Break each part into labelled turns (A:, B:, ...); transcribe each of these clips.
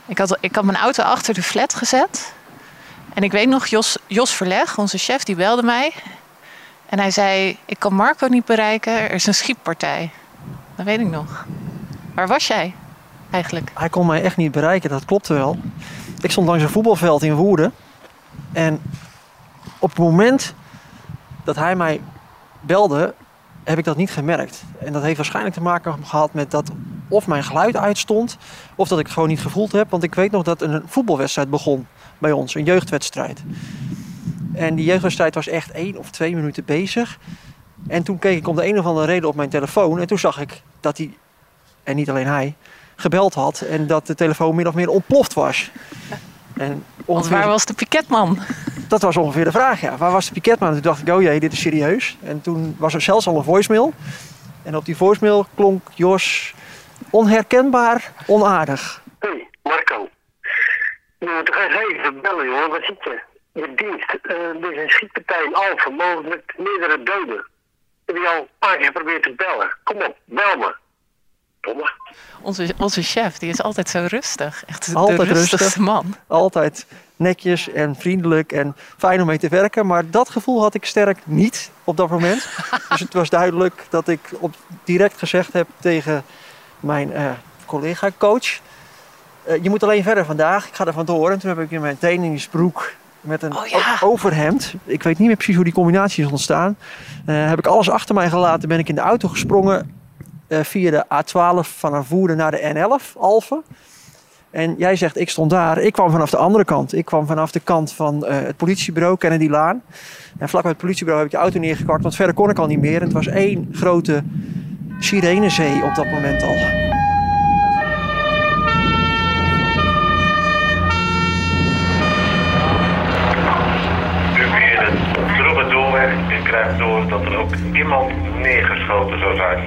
A: Ik had mijn auto achter de flat gezet. En ik weet nog, Jos Verleg, onze chef, die belde mij. En hij zei, ik kan Marco niet bereiken, er is een schietpartij. Dat weet ik nog. Waar was jij eigenlijk?
B: Hij kon mij echt niet bereiken, dat klopte wel. Ik stond langs een voetbalveld in Woerden. En op het moment dat hij mij belde, heb ik dat niet gemerkt. En dat heeft waarschijnlijk te maken gehad met dat of mijn geluid uitstond, of dat ik het gewoon niet gevoeld heb. Want ik weet nog dat een voetbalwedstrijd begon bij ons, een jeugdwedstrijd. En die jeugdwedstrijd was echt 1 of 2 minuten bezig. En toen keek ik om de een of andere reden op mijn telefoon. En toen zag ik dat hij, en niet alleen hij, gebeld had. En dat de telefoon min of meer ontploft was. En
A: ongeveer... Waar was de piketman?
B: Dat was ongeveer de vraag, ja. Waar was de piketman? En toen dacht ik, oh jee, dit is serieus. En toen was er zelfs al een voicemail. En op die voicemail klonk Jos onherkenbaar onaardig.
C: Hey, Marco. Je moet toch even bellen, joh. Waar zit je? Je dienst. Er is een schietpartij in Alphen, mogelijk met meerdere doden. Heb je al een paar keer geprobeerd te bellen? Kom op, bel me. Domme.
A: Onze chef, die is altijd zo rustig. Echt
B: altijd
A: de rustigste
B: rustig,
A: man.
B: Altijd netjes en vriendelijk en fijn om mee te werken. Maar dat gevoel had ik sterk niet op dat moment. Dus het was duidelijk dat ik direct gezegd heb tegen mijn collega-coach... je moet alleen verder vandaag, ik ga er vandoor. En toen heb ik in mijn trainingsbroek met een overhemd... ik weet niet meer precies hoe die combinatie is ontstaan... heb ik alles achter mij gelaten, ben ik in de auto gesprongen... via de A12 vanaf Woerden naar de N11, Alphen. En jij zegt, ik stond daar. Ik kwam vanaf de andere kant. Ik kwam vanaf de kant van het politiebureau, Kennedylaan. En vlak bij het politiebureau heb ik de auto neergekakt, want verder kon ik al niet meer. En het was 1 grote sirenezee op dat moment al.
C: Via de Droeve Doorweg. Ik krijg door dat er ook iemand neergeschoten zou zijn.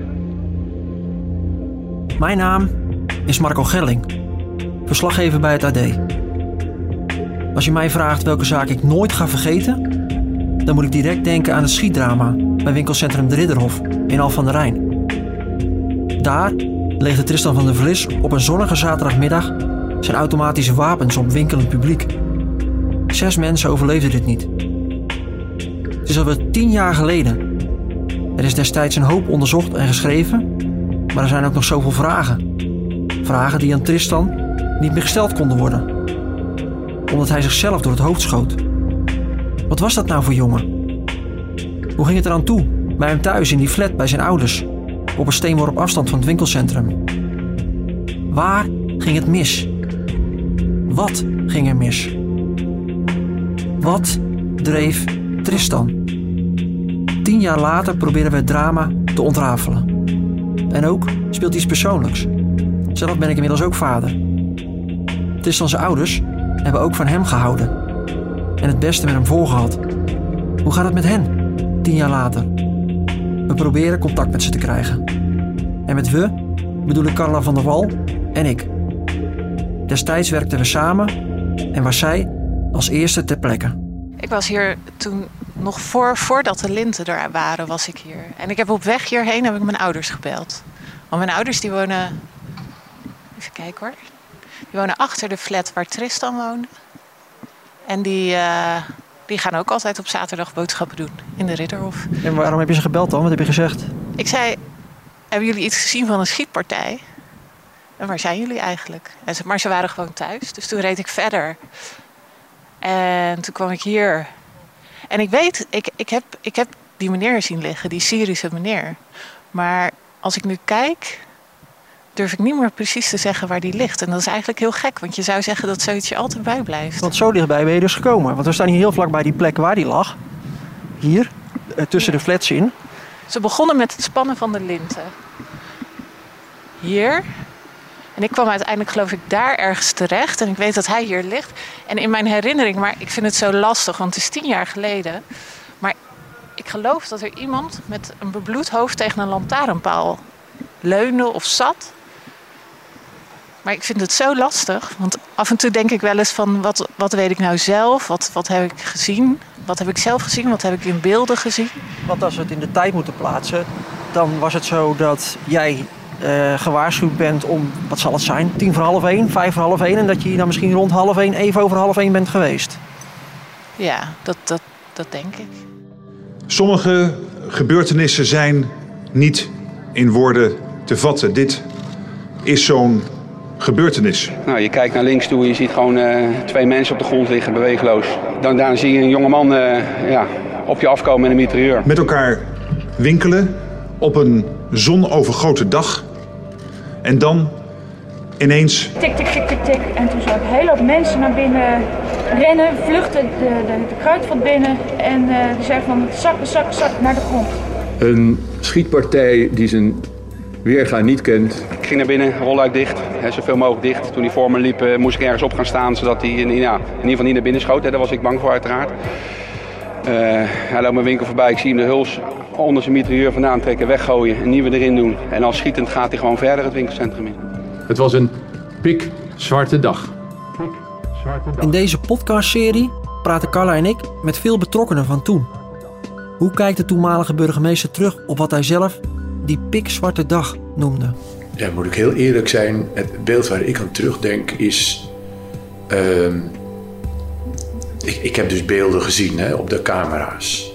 B: Mijn naam is Marco Gerling, verslaggever bij het AD. Als je mij vraagt welke zaak ik nooit ga vergeten, dan moet ik direct denken aan het schietdrama bij winkelcentrum De Ridderhof in Alphen aan de Rijn. Daar legde Tristan van der Vlis op een zonnige zaterdagmiddag zijn automatische wapens op winkelend publiek. 6 mensen overleefden dit niet. Het is alweer 10 jaar geleden. Er is destijds een hoop onderzocht en geschreven, maar er zijn ook nog zoveel vragen. Vragen die aan Tristan niet meer gesteld konden worden. Omdat hij zichzelf door het hoofd schoot. Wat was dat nou voor jongen? Hoe ging het eraan toe bij hem thuis in die flat bij zijn ouders? Op een steenworp afstand van het winkelcentrum. Waar ging het mis? Wat ging er mis? Wat dreef Tristan? 10 jaar later proberen we het drama te ontrafelen. En ook speelt iets persoonlijks. Zelf ben ik inmiddels ook vader. Tristan's ouders hebben ook van hem gehouden. En het beste met hem voorgehad. Hoe gaat het met hen, 10 jaar later? We proberen contact met ze te krijgen. En met we bedoel ik Carla van der Wal en ik. Destijds werkten we samen en was zij als eerste ter plekke.
A: Ik was hier toen nog voordat de linten er waren, was ik hier. En ik heb op weg hierheen heb ik mijn ouders gebeld. Want mijn ouders die wonen... Even kijken hoor. Die wonen achter de flat waar Tristan woonde. En die gaan ook altijd op zaterdag boodschappen doen in de Ridderhof.
B: En waarom heb je ze gebeld dan? Wat heb je gezegd?
A: Ik zei, hebben jullie iets gezien van een schietpartij? En waar zijn jullie eigenlijk? Maar ze waren gewoon thuis. Dus toen reed ik verder. En toen kwam ik hier. En ik weet, ik heb die meneer zien liggen, die Syrische meneer. Maar als ik nu kijk, durf ik niet meer precies te zeggen waar die ligt. En dat is eigenlijk heel gek, want je zou zeggen dat zoiets je altijd bijblijft.
B: Want zo dichtbij ben je dus gekomen. Want we staan hier heel vlak bij die plek waar die lag. Hier, tussen de flats in.
A: Ze begonnen met het spannen van de linten. Hier. En ik kwam uiteindelijk, geloof ik, daar ergens terecht. En ik weet dat hij hier ligt. En in mijn herinnering, maar ik vind het zo lastig, want het is 10 jaar geleden. Maar ik geloof dat er iemand met een bebloed hoofd tegen een lantaarnpaal leunde of zat. Maar ik vind het zo lastig. Want af en toe denk ik wel eens van, wat weet ik nou zelf? Wat heb ik gezien? Wat heb ik zelf gezien? Wat heb ik in beelden gezien?
B: Want als we het in de tijd moeten plaatsen, dan was het zo dat jij gewaarschuwd bent om, wat zal het zijn, 1:50, 1:55 en dat je hier dan misschien rond 1:30, even over 1:30 bent geweest?
A: Ja, dat denk ik.
D: Sommige gebeurtenissen zijn niet in woorden te vatten. Dit is zo'n gebeurtenis.
E: Nou, je kijkt naar links toe en je ziet gewoon 2 mensen op de grond liggen, beweegloos. Daarna zie je een jongeman op je afkomen met een mitrailleur.
D: Met elkaar winkelen op een zonovergoten dag. En dan ineens...
F: Tik, tik, tik, tik, tik. En toen zag ik een hele hoop mensen naar binnen rennen, vluchten de kruidvat binnen. En die zeiden van zak naar de grond.
G: Een schietpartij die zijn weerga niet kent.
E: Ik ging naar binnen, rolluik dicht, zoveel mogelijk dicht. Toen hij voor me liep, moest ik ergens op gaan staan, zodat hij in ieder geval niet naar binnen schoot. Daar was ik bang voor uiteraard. Hij loopt mijn winkel voorbij, ik zie hem de huls onder zijn mitrailleur vandaan trekken, weggooien, een nieuwe erin doen. En als schietend gaat hij gewoon verder het winkelcentrum in.
G: Het was een pikzwarte dag.
B: In deze podcastserie praten Carla en ik met veel betrokkenen van toen. Hoe kijkt de toenmalige burgemeester terug op wat hij zelf die pikzwarte dag noemde?
H: Ja, moet ik heel eerlijk zijn, het beeld waar ik aan terugdenk is... Ik heb dus beelden gezien op de camera's.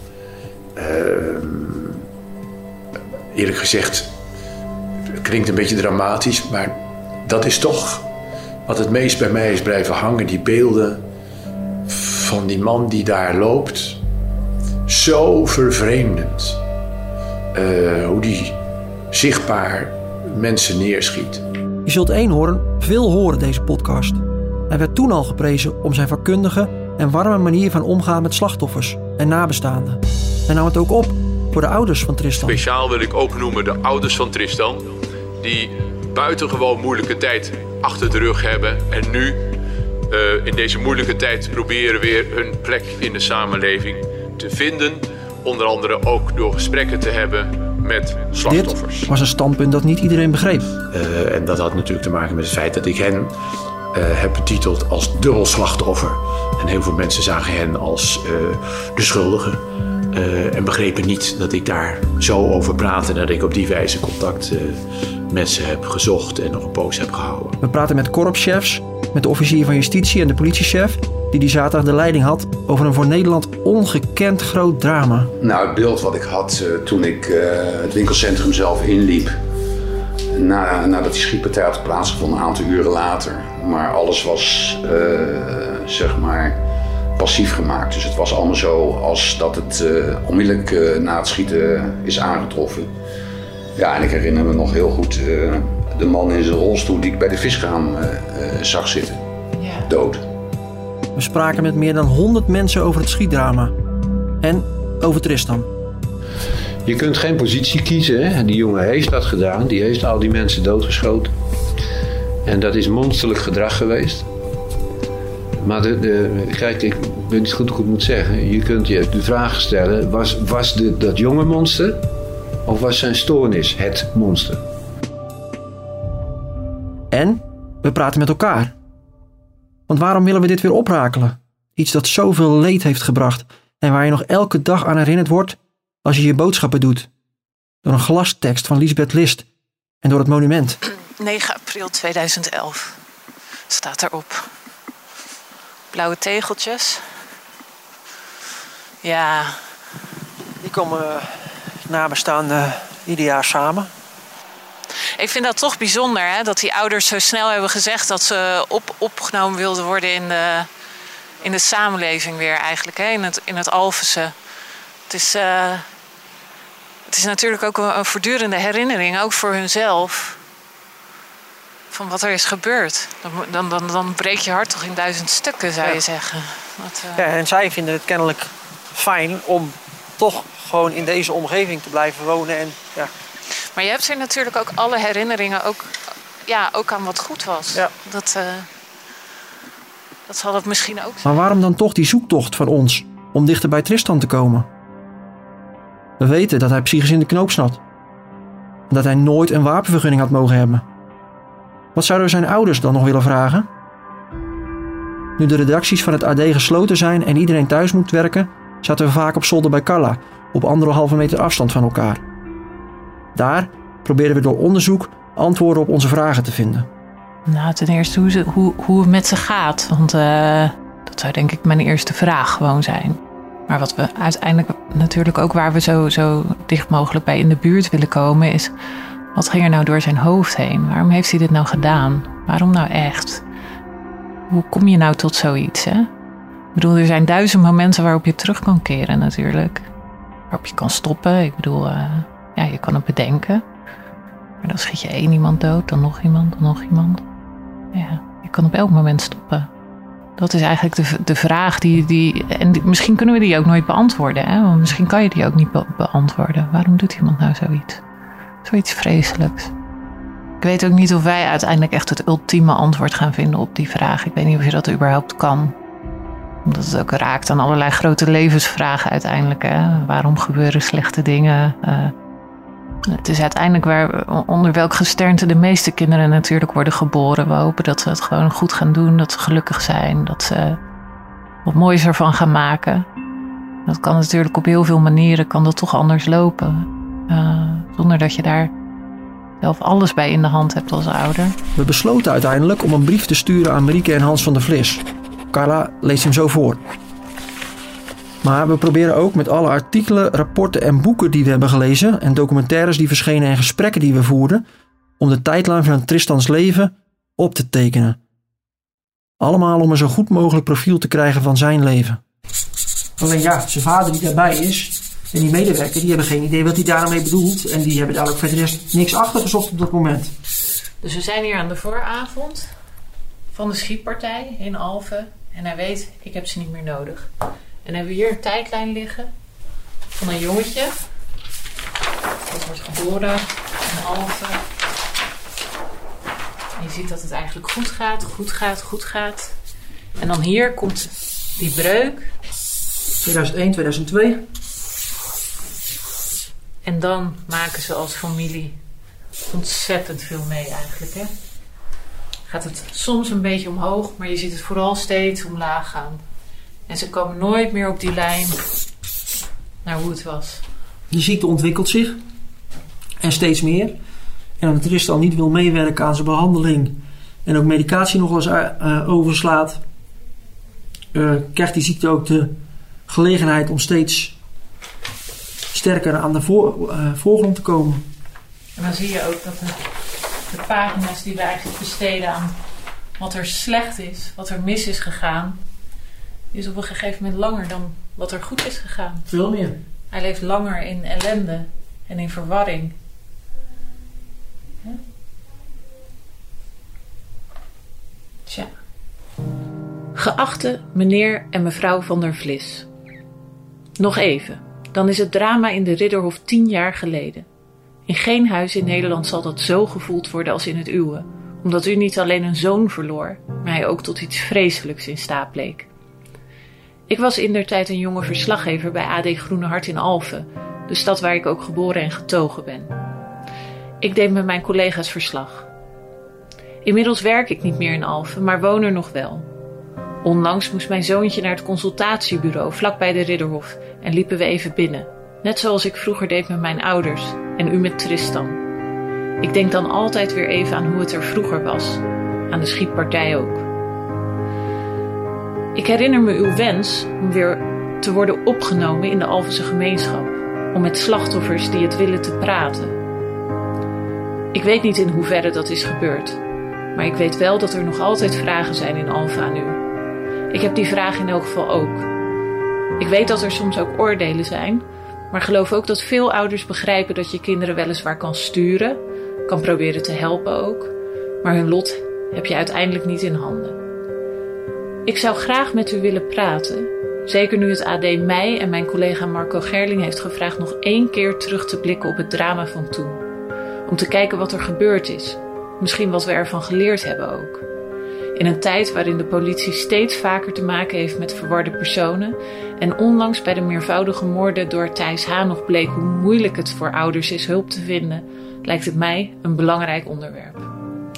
H: Eerlijk gezegd, het klinkt een beetje dramatisch, maar dat is toch wat het meest bij mij is blijven hangen. Die beelden van die man die daar loopt. Zo vervreemdend. Hoe die zichtbaar mensen neerschiet.
B: Je zult Eenhoorn veel horen deze podcast. Hij werd toen al geprezen om zijn vakkundige en warme manier van omgaan met slachtoffers en nabestaanden. Hij nam het ook op voor de ouders van Tristan.
I: Speciaal wil ik ook noemen de ouders van Tristan, die buitengewoon moeilijke tijd achter de rug hebben en nu in deze moeilijke tijd proberen weer hun plek in de samenleving te vinden. Onder andere ook door gesprekken te hebben met slachtoffers.
B: Dit was een standpunt dat niet iedereen begreep.
H: En dat had natuurlijk te maken met het feit dat ik hen heb betiteld als dubbel slachtoffer. En heel veel mensen zagen hen als de schuldige. En begrepen niet dat ik daar zo over praatte. En dat ik op die wijze contact met ze heb gezocht en nog een poos heb gehouden.
B: We praten met korpschefs, met de officier van justitie en de politiechef die zaterdag de leiding had over een voor Nederland ongekend groot drama.
J: Nou, het beeld wat ik had toen ik het winkelcentrum zelf inliep, nadat die schietpartij had plaatsgevonden, een aantal uren later. Maar alles was, zeg maar, passief gemaakt. Dus het was allemaal zo als dat het onmiddellijk na het schieten is aangetroffen. Ja, en ik herinner me nog heel goed de man in zijn rolstoel die ik bij de viskraam zag zitten.
A: Ja.
J: Dood.
B: We spraken met meer dan 100 mensen over het schietdrama. En over Tristan.
G: Je kunt geen positie kiezen. Hè? Die jongen heeft dat gedaan. Die heeft al die mensen doodgeschoten. En dat is monsterlijk gedrag geweest. Maar kijk, ik weet niet goed hoe ik het moet zeggen. Je kunt je de vraag stellen. Was dat jonge monster? Of was zijn stoornis het monster?
B: En we praten met elkaar. Want waarom willen we dit weer oprakelen? Iets dat zoveel leed heeft gebracht en waar je nog elke dag aan herinnerd wordt als je je boodschappen doet. Door een glastekst van Liesbeth List en door het monument.
A: 9 april 2011 staat erop. Blauwe tegeltjes. Ja.
B: Die komen nabestaanden ieder jaar samen.
A: Ik vind dat toch bijzonder, hè, dat die ouders zo snel hebben gezegd dat ze opgenomen wilden worden in de samenleving weer eigenlijk, hè, in het Alphense. Het is natuurlijk ook een voortdurende herinnering, ook voor hunzelf, van wat er is gebeurd. Dan breek je hart toch in 1000 stukken, zou je zeggen.
B: Ja, en zij vinden het kennelijk fijn om toch gewoon in deze omgeving te blijven wonen. En, ja.
A: Maar je hebt er natuurlijk ook alle herinneringen ook aan wat goed was.
B: Ja.
A: Dat zal het misschien ook zijn.
B: Maar waarom dan toch die zoektocht van ons om dichter bij Tristan te komen? We weten dat hij psychisch in de knoop zat. En dat hij nooit een wapenvergunning had mogen hebben. Wat zouden zijn ouders dan nog willen vragen? Nu de redacties van het AD gesloten zijn en iedereen thuis moet werken, zaten we vaak op zolder bij Carla, op 1,5 meter afstand van elkaar. Daar proberen we door onderzoek antwoorden op onze vragen te vinden.
A: Nou, ten eerste hoe het met ze gaat. Want dat zou denk ik mijn eerste vraag gewoon zijn. Maar wat we uiteindelijk natuurlijk ook waar we zo dicht mogelijk bij in de buurt willen komen is... Wat ging er nou door zijn hoofd heen? Waarom heeft hij dit nou gedaan? Waarom nou echt? Hoe kom je nou tot zoiets, hè? Ik bedoel, er zijn 1000 momenten waarop je terug kan keren natuurlijk. Waarop je kan stoppen. Ik bedoel, je kan het bedenken. Maar dan schiet je 1 iemand dood, dan nog iemand, dan nog iemand. Ja, je kan op elk moment stoppen. Dat is eigenlijk de vraag en misschien kunnen we die ook nooit beantwoorden. Hè? Want misschien kan je die ook niet beantwoorden. Waarom doet iemand nou zoiets? Zoiets vreselijks. Ik weet ook niet of wij uiteindelijk echt het ultieme antwoord gaan vinden op die vraag. Ik weet niet of je dat überhaupt kan. Omdat het ook raakt aan allerlei grote levensvragen uiteindelijk. Hè? Waarom gebeuren slechte dingen? Het is uiteindelijk onder welk gesternte de meeste kinderen natuurlijk worden geboren. We hopen dat ze het gewoon goed gaan doen. Dat ze gelukkig zijn. Dat ze wat moois ervan gaan maken. Dat kan natuurlijk op heel veel manieren kan dat toch anders lopen. Zonder dat je daar zelf alles bij in de hand hebt als ouder.
B: We besloten uiteindelijk om een brief te sturen aan Marieke en Hans van der Vlis. Carla leest hem zo voor. Maar we proberen ook met alle artikelen, rapporten en boeken die we hebben gelezen... en documentaires die verschenen en gesprekken die we voerden... om de tijdlijn van Tristans leven op te tekenen. Allemaal om een zo goed mogelijk profiel te krijgen van zijn leven. Alleen ja, zijn vader die daarbij is... en die medewerker, die hebben geen idee wat hij daarmee bedoelt... en die hebben daar ook verder rest niks achtergezocht op dat moment.
A: Dus we zijn hier aan de vooravond van de schietpartij in Alphen... en hij weet, ik heb ze niet meer nodig... En hebben we hier een tijdlijn liggen van een jongetje. Dat wordt geboren in Alphen. En je ziet dat het eigenlijk goed gaat. En dan hier komt die breuk.
B: 2001, 2002.
A: En dan maken ze als familie ontzettend veel mee eigenlijk. Hè? Gaat het soms een beetje omhoog, maar je ziet het vooral steeds omlaag gaan. En ze komen nooit meer op die lijn naar hoe het was.
B: De ziekte ontwikkelt zich. En steeds meer. En omdat Tristan niet wil meewerken aan zijn behandeling... en ook medicatie nog wel eens overslaat... krijgt die ziekte ook de gelegenheid om steeds sterker aan de voorgrond te komen.
A: En dan zie je ook dat de pagina's die we eigenlijk besteden aan wat er slecht is... wat er mis is gegaan... is op een gegeven moment langer dan wat er goed is gegaan.
B: Veel meer.
A: Hij leeft langer in ellende en in verwarring. Ja? Tja. Geachte meneer en mevrouw van der Vlis. Nog even, dan is het drama in de Ridderhof 10 jaar geleden. In geen huis in Nederland zal dat zo gevoeld worden als in het uwe. Omdat u niet alleen een zoon verloor, maar hij ook tot iets vreselijks in staat bleek. Ik was indertijd een jonge verslaggever bij AD Groene Hart in Alphen, de stad waar ik ook geboren en getogen ben. Ik deed met mijn collega's verslag. Inmiddels werk ik niet meer in Alphen, maar woon er nog wel. Onlangs moest mijn zoontje naar het consultatiebureau vlakbij de Ridderhof en liepen we even binnen. Net zoals ik vroeger deed met mijn ouders en u met Tristan. Ik denk dan altijd weer even aan hoe het er vroeger was, aan de schietpartij ook. Ik herinner me uw wens om weer te worden opgenomen in de Alphense gemeenschap. Om met slachtoffers die het willen te praten. Ik weet niet in hoeverre dat is gebeurd. Maar ik weet wel dat er nog altijd vragen zijn in Alphen aan u. Ik heb die vraag in elk geval ook. Ik weet dat er soms ook oordelen zijn. Maar geloof ook dat veel ouders begrijpen dat je kinderen weliswaar kan sturen. Kan proberen te helpen ook. Maar hun lot heb je uiteindelijk niet in handen. Ik zou graag met u willen praten, zeker nu het AD mij en mijn collega Marco Gerling heeft gevraagd nog 1 keer terug te blikken op het drama van toen. Om te kijken wat er gebeurd is, misschien wat we ervan geleerd hebben ook. In een tijd waarin de politie steeds vaker te maken heeft met verwarde personen en onlangs bij de meervoudige moorden door Thijs H. nog bleek hoe moeilijk het voor ouders is hulp te vinden, lijkt het mij een belangrijk onderwerp.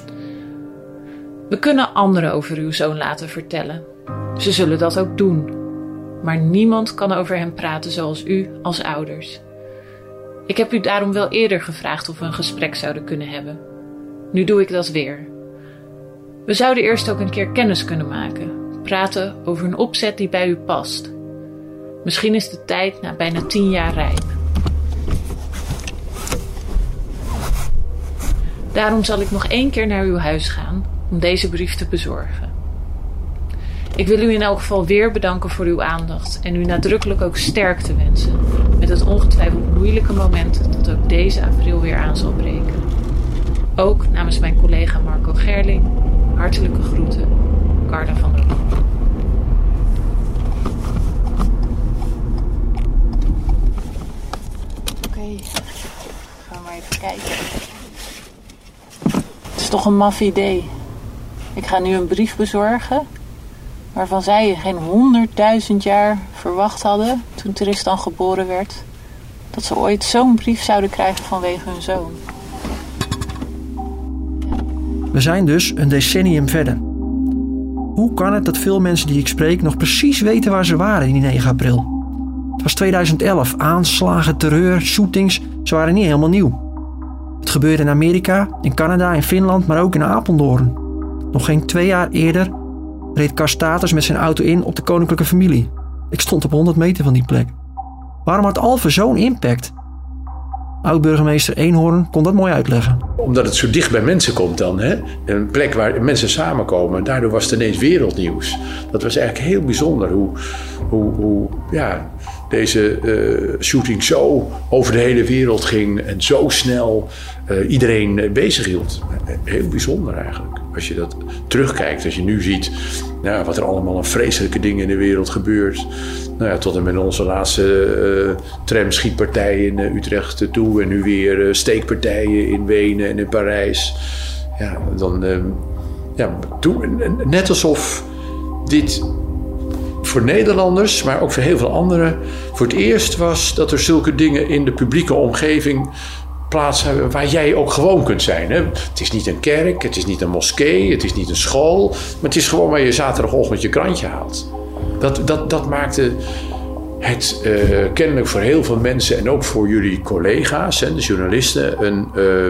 A: We kunnen anderen over uw zoon laten vertellen. Ze zullen dat ook doen. Maar niemand kan over hem praten zoals u als ouders. Ik heb u daarom wel eerder gevraagd of we een gesprek zouden kunnen hebben. Nu doe ik dat weer. We zouden eerst ook een keer kennis kunnen maken. Praten over een opzet die bij u past. Misschien is de tijd na bijna 10 jaar rijp. Daarom zal ik nog 1 keer naar uw huis gaan om deze brief te bezorgen. Ik wil u in elk geval weer bedanken voor uw aandacht en u nadrukkelijk ook sterkte wensen met het ongetwijfeld moeilijke moment dat ook deze april weer aan zal breken. Ook namens mijn collega Marco Gerling, hartelijke groeten, Carla van der Hoek. Oké, gaan we maar even kijken. Het is toch een maf idee. Ik ga nu een brief bezorgen waarvan zij geen 100.000 jaar verwacht hadden toen Tristan geboren werd, dat ze ooit zo'n brief zouden krijgen vanwege hun zoon.
B: We zijn dus een decennium verder. Hoe kan het dat veel mensen die ik spreek nog precies weten waar ze waren die 9 april? Het was 2011, aanslagen, terreur, shootings, ze waren niet helemaal nieuw. Het gebeurde in Amerika, in Canada, in Finland, maar ook in Apeldoorn. Nog geen 2 jaar eerder reed Karstatus met zijn auto in op de koninklijke familie. Ik stond op 100 meter van die plek. Waarom had Alphen zo'n impact? Oud-burgemeester Eenhoorn kon dat mooi uitleggen.
H: Omdat het zo dicht bij mensen komt dan. Hè? Een plek waar mensen samenkomen. Daardoor was het ineens wereldnieuws. Dat was eigenlijk heel bijzonder hoe deze shooting zo over de hele wereld ging. En zo snel iedereen bezig hield. Heel bijzonder eigenlijk. Als je dat terugkijkt, als je nu ziet wat er allemaal aan vreselijke dingen in de wereld gebeurt. Tot en met onze laatste tramschietpartij in Utrecht toe. En nu weer steekpartijen in Wenen en in Parijs. Net alsof dit voor Nederlanders, maar ook voor heel veel anderen, voor het eerst was dat er zulke dingen in de publieke omgeving plaats hebben waar jij ook gewoon kunt zijn. Hè? Het is niet een kerk, het is niet een moskee, het is niet een school, maar het is gewoon waar je zaterdagochtend je krantje haalt. Dat maakte het kennelijk voor heel veel mensen en ook voor jullie collega's, de journalisten,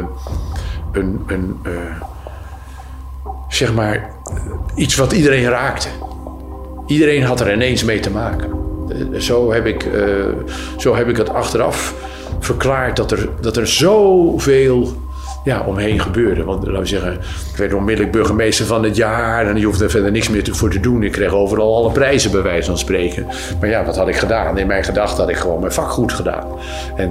H: zeg maar iets wat iedereen raakte. Iedereen had er ineens mee te maken. Zo heb ik het achteraf verklaard dat er zoveel omheen gebeurde. Want laten we zeggen, ik werd onmiddellijk burgemeester van het jaar en je hoefde er verder niks meer voor te doen. Ik kreeg overal alle prijzen bij wijze van spreken. Maar wat had ik gedaan? In mijn gedachten had ik gewoon mijn vak goed gedaan. En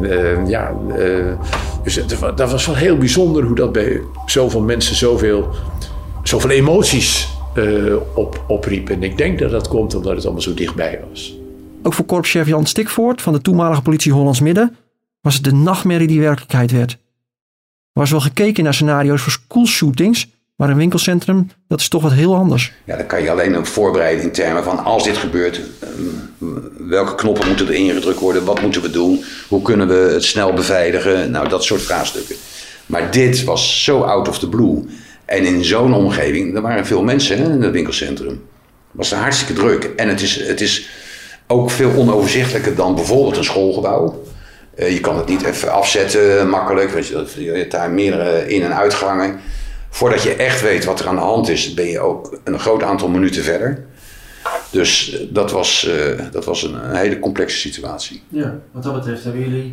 H: dus dat was wel heel bijzonder hoe dat bij zoveel mensen zoveel emoties opriep. En ik denk dat dat komt omdat het allemaal zo dichtbij was.
B: Ook voor korpschef Jan Stikvoort van de toenmalige politie Hollands Midden was het de nachtmerrie die werkelijkheid werd. Er was wel gekeken naar scenario's voor schoolshootings, maar een winkelcentrum, dat is toch wat heel anders.
J: Ja, dan kan je alleen ook voorbereiden in termen van als dit gebeurt, welke knoppen moeten er ingedrukt worden, wat moeten we doen, hoe kunnen we het snel beveiligen, dat soort vraagstukken. Maar dit was zo out of the blue. En in zo'n omgeving, er waren veel mensen in het winkelcentrum. Het was hartstikke druk. En het is ook veel onoverzichtelijker dan bijvoorbeeld een schoolgebouw. Je kan het niet even afzetten makkelijk. Weet je hebt daar meerdere in- en uitgangen. Voordat je echt weet wat er aan de hand is, ben je ook een groot aantal minuten verder. Dus dat was een hele complexe situatie.
B: Ja, wat dat betreft hebben jullie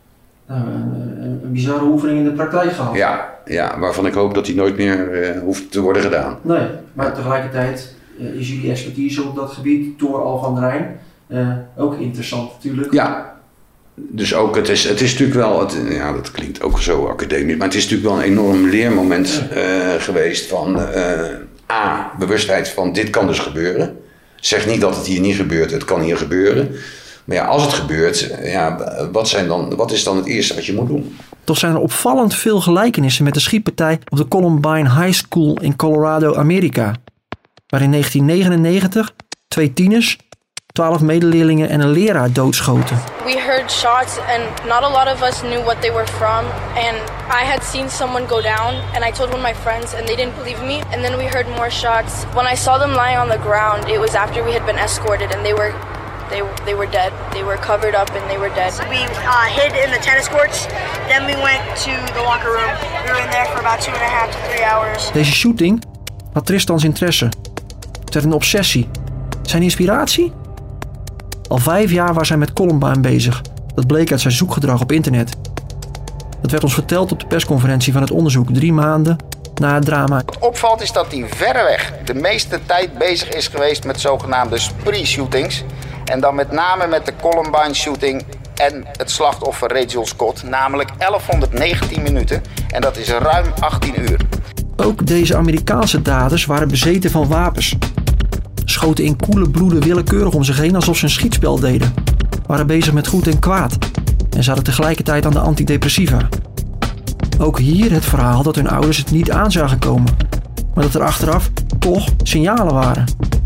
B: een bizarre oefening in de praktijk gehad.
J: Ja, waarvan ik hoop dat die nooit meer hoeft te worden gedaan.
B: Nee, maar tegelijkertijd is jullie expertise op dat gebied door Al van der Rijn ook interessant natuurlijk.
J: Ja. Dus ook, het is natuurlijk wel, dat klinkt ook zo academisch, maar het is natuurlijk wel een enorm leermoment geweest van bewustheid van dit kan dus gebeuren. Zeg niet dat het hier niet gebeurt, het kan hier gebeuren. Maar als het gebeurt, wat is dan het eerste wat je moet doen?
B: Toch zijn er opvallend veel gelijkenissen met de schietpartij op de Columbine High School in Colorado, Amerika. Waar in 1999 2 tieners, 12 medeleerlingen en een leraar doodschoten.
K: We heard shots and not a lot of us knew what they were from. And I had seen someone go down and I told one of my friends and they didn't believe me. And then we heard more shots. When I saw them lying on the ground, it was after we had been escorted and they were they were dead. They were covered up and they were dead.
L: We hid in the tennis courts. Then we went to the locker room. We were in there for about 2.5 to 3 hours.
B: Deze shooting had Tristan's interesse. Het werd een obsessie. Zijn inspiratie? Al 5 jaar was hij met Columbine bezig. Dat bleek uit zijn zoekgedrag op internet. Dat werd ons verteld op de persconferentie van het onderzoek 3 maanden na het drama.
M: Wat opvalt is dat hij verreweg de meeste tijd bezig is geweest met zogenaamde spree-shootings. En dan met name met de Columbine shooting en het slachtoffer Rachel Scott. Namelijk 1119 minuten en dat is ruim 18 uur.
B: Ook deze Amerikaanse daders waren bezeten van wapens. Schoten in koele bloeden willekeurig om zich heen alsof ze een schietspel deden. Waren bezig met goed en kwaad. En zaten tegelijkertijd aan de antidepressiva. Ook hier het verhaal dat hun ouders het niet aan zagen komen. Maar dat er achteraf toch signalen waren.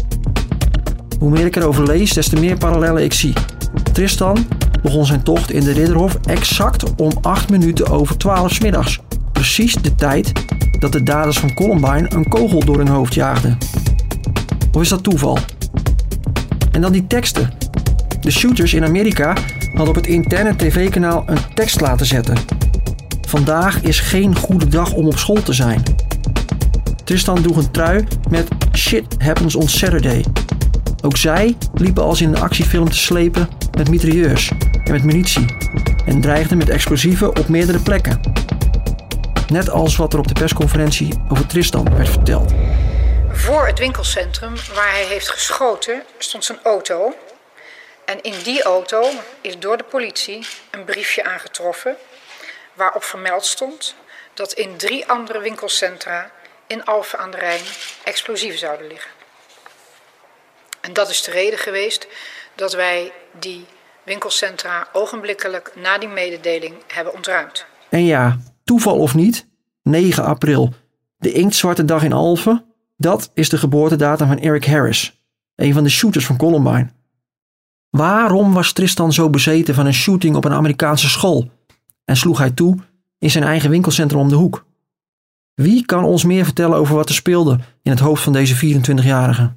B: Hoe meer ik erover lees, des te meer parallellen ik zie. Tristan begon zijn tocht in de Ridderhof exact om 8 minuten over 12 's middags. Precies de tijd dat de daders van Columbine een kogel door hun hoofd jaagden. Of is dat toeval? En dan die teksten. De shooters in Amerika hadden op het interne tv-kanaal een tekst laten zetten. Vandaag is geen goede dag om op school te zijn. Tristan droeg een trui met Shit happens on Saturday. Ook zij liepen als in een actiefilm te slepen met mitrailleurs en met munitie. En dreigden met explosieven op meerdere plekken. Net als wat er op de persconferentie over Tristan werd verteld.
N: Voor het winkelcentrum waar hij heeft geschoten stond zijn auto. En in die auto is door de politie een briefje aangetroffen waarop vermeld stond dat in 3 andere winkelcentra in Alphen aan de Rijn explosieven zouden liggen. En dat is de reden geweest dat wij die winkelcentra ogenblikkelijk na die mededeling hebben ontruimd.
B: En ja, toeval of niet, 9 april, de inktzwarte dag in Alphen, dat is de geboortedatum van Eric Harris, een van de shooters van Columbine. Waarom was Tristan zo bezeten van een shooting op een Amerikaanse school en sloeg hij toe in zijn eigen winkelcentrum om de hoek? Wie kan ons meer vertellen over wat er speelde in het hoofd van deze 24-jarige?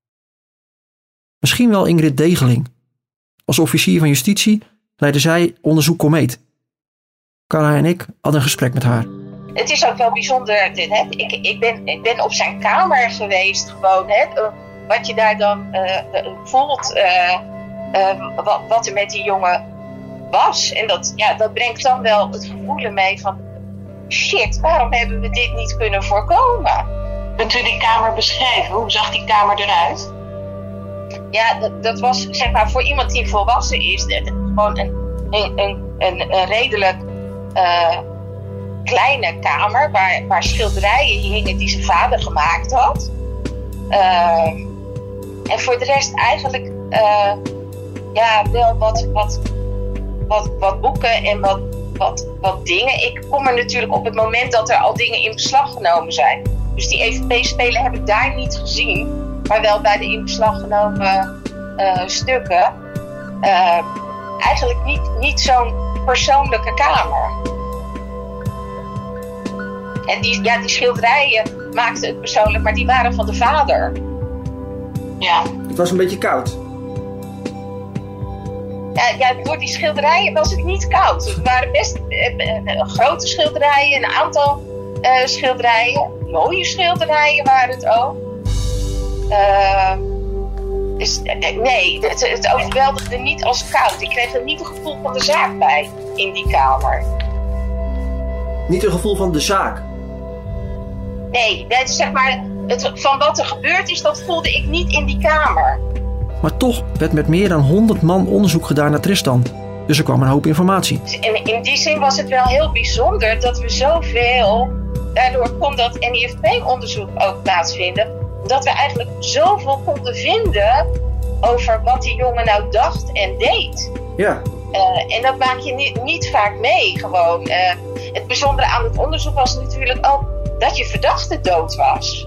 B: Misschien wel Ingrid Degeling. Als officier van justitie leidde zij onderzoek Komeet. Carla en ik hadden een gesprek met haar.
O: Het is ook wel bijzonder. Ik ben op zijn kamer geweest gewoon. Wat je daar dan voelt. Wat er met die jongen was. En dat brengt dan wel het gevoel mee van... Shit, waarom hebben we dit niet kunnen voorkomen?
P: Kunt u die kamer beschrijven? Hoe zag die kamer eruit?
O: Ja, dat was zeg maar voor iemand die volwassen is... gewoon een redelijk kleine kamer... waar schilderijen hingen die zijn vader gemaakt had. En voor de rest eigenlijk... wel wat boeken en wat dingen. Ik kom er natuurlijk op het moment dat er al dingen in beslag genomen zijn. Dus die EVP-spelen heb ik daar niet gezien. Maar wel bij de in beslag genomen stukken. Eigenlijk niet zo'n persoonlijke kamer. En die schilderijen maakten het persoonlijk, maar die waren van de vader. Ja.
B: Het was een beetje koud.
O: Ja, door die schilderijen was het niet koud. Het waren best grote schilderijen, een aantal schilderijen. Mooie schilderijen waren het ook. Dus nee, het overweldigde niet als koud. Ik kreeg er niet een gevoel van de zaak bij in die kamer.
B: Niet een gevoel van de zaak?
O: Nee, zeg maar, van wat er gebeurd is, dat voelde ik niet in die kamer.
B: Maar toch werd met meer dan 100 man onderzoek gedaan naar Tristan. Dus er kwam een hoop informatie.
O: En in die zin was het wel heel bijzonder dat we zoveel... Daardoor kon dat NIFP-onderzoek ook plaatsvinden. Dat we eigenlijk zoveel konden vinden over wat die jongen nou dacht en deed.
B: Ja.
O: En dat maak je niet vaak mee gewoon. Het bijzondere aan het onderzoek was natuurlijk ook dat je verdachte dood was.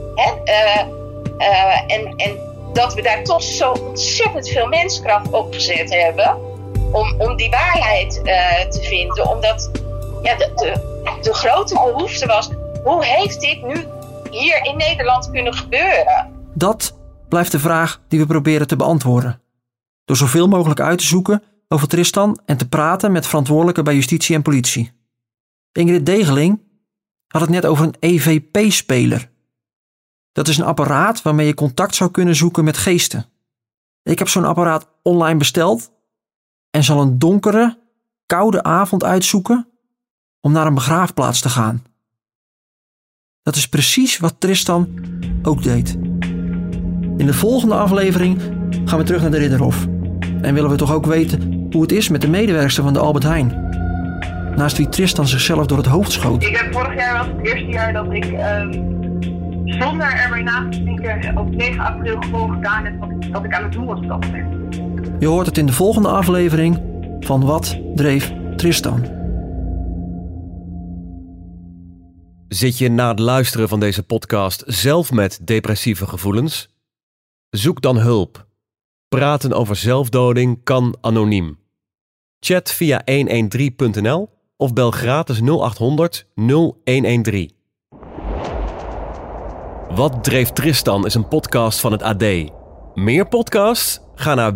O: En dat we daar toch zo ontzettend veel menskracht op gezet hebben om die waarheid te vinden. Omdat de grote behoefte was, hoe heeft dit nu hier in Nederland kunnen gebeuren?
B: Dat blijft de vraag die we proberen te beantwoorden. door zoveel mogelijk uit te zoeken over Tristan en te praten met verantwoordelijken bij justitie en politie. Ingrid Degeling had het net over een EVP-speler. Dat is een apparaat waarmee je contact zou kunnen zoeken met geesten. Ik heb zo'n apparaat online besteld en zal een donkere, koude avond uitzoeken om naar een begraafplaats te gaan. Dat is precies wat Tristan ook deed. In de volgende aflevering gaan we terug naar de Ridderhof. En willen we toch ook weten hoe het is met de medewerkster van de Albert Heijn. Naast wie Tristan zichzelf door het hoofd schoot.
Q: Ik heb vorig jaar was het eerste jaar dat ik zonder erbij na te denken op 9 april gewoon gedaan heb wat ik aan het doen was op dat moment.
B: Je hoort het in de volgende aflevering van Wat dreef Tristan.
R: Zit je na het luisteren van deze podcast zelf met depressieve gevoelens? Zoek dan hulp. Praten over zelfdoding kan anoniem. Chat via 113.nl of bel gratis 0800 0113. Wat dreef Tristan is een podcast van het AD. Meer podcasts? Ga naar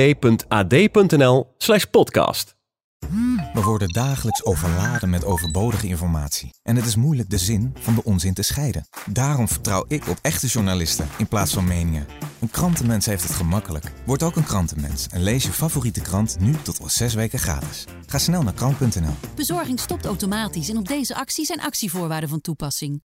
R: www.ad.nl/podcast.
S: We worden dagelijks overladen met overbodige informatie. En het is moeilijk de zin van de onzin te scheiden. Daarom vertrouw ik op echte journalisten in plaats van meningen. Een krantenmens heeft het gemakkelijk. Word ook een krantenmens en lees je favoriete krant nu tot al 6 weken gratis. Ga snel naar krant.nl.
T: Bezorging stopt automatisch en op deze actie zijn actievoorwaarden van toepassing.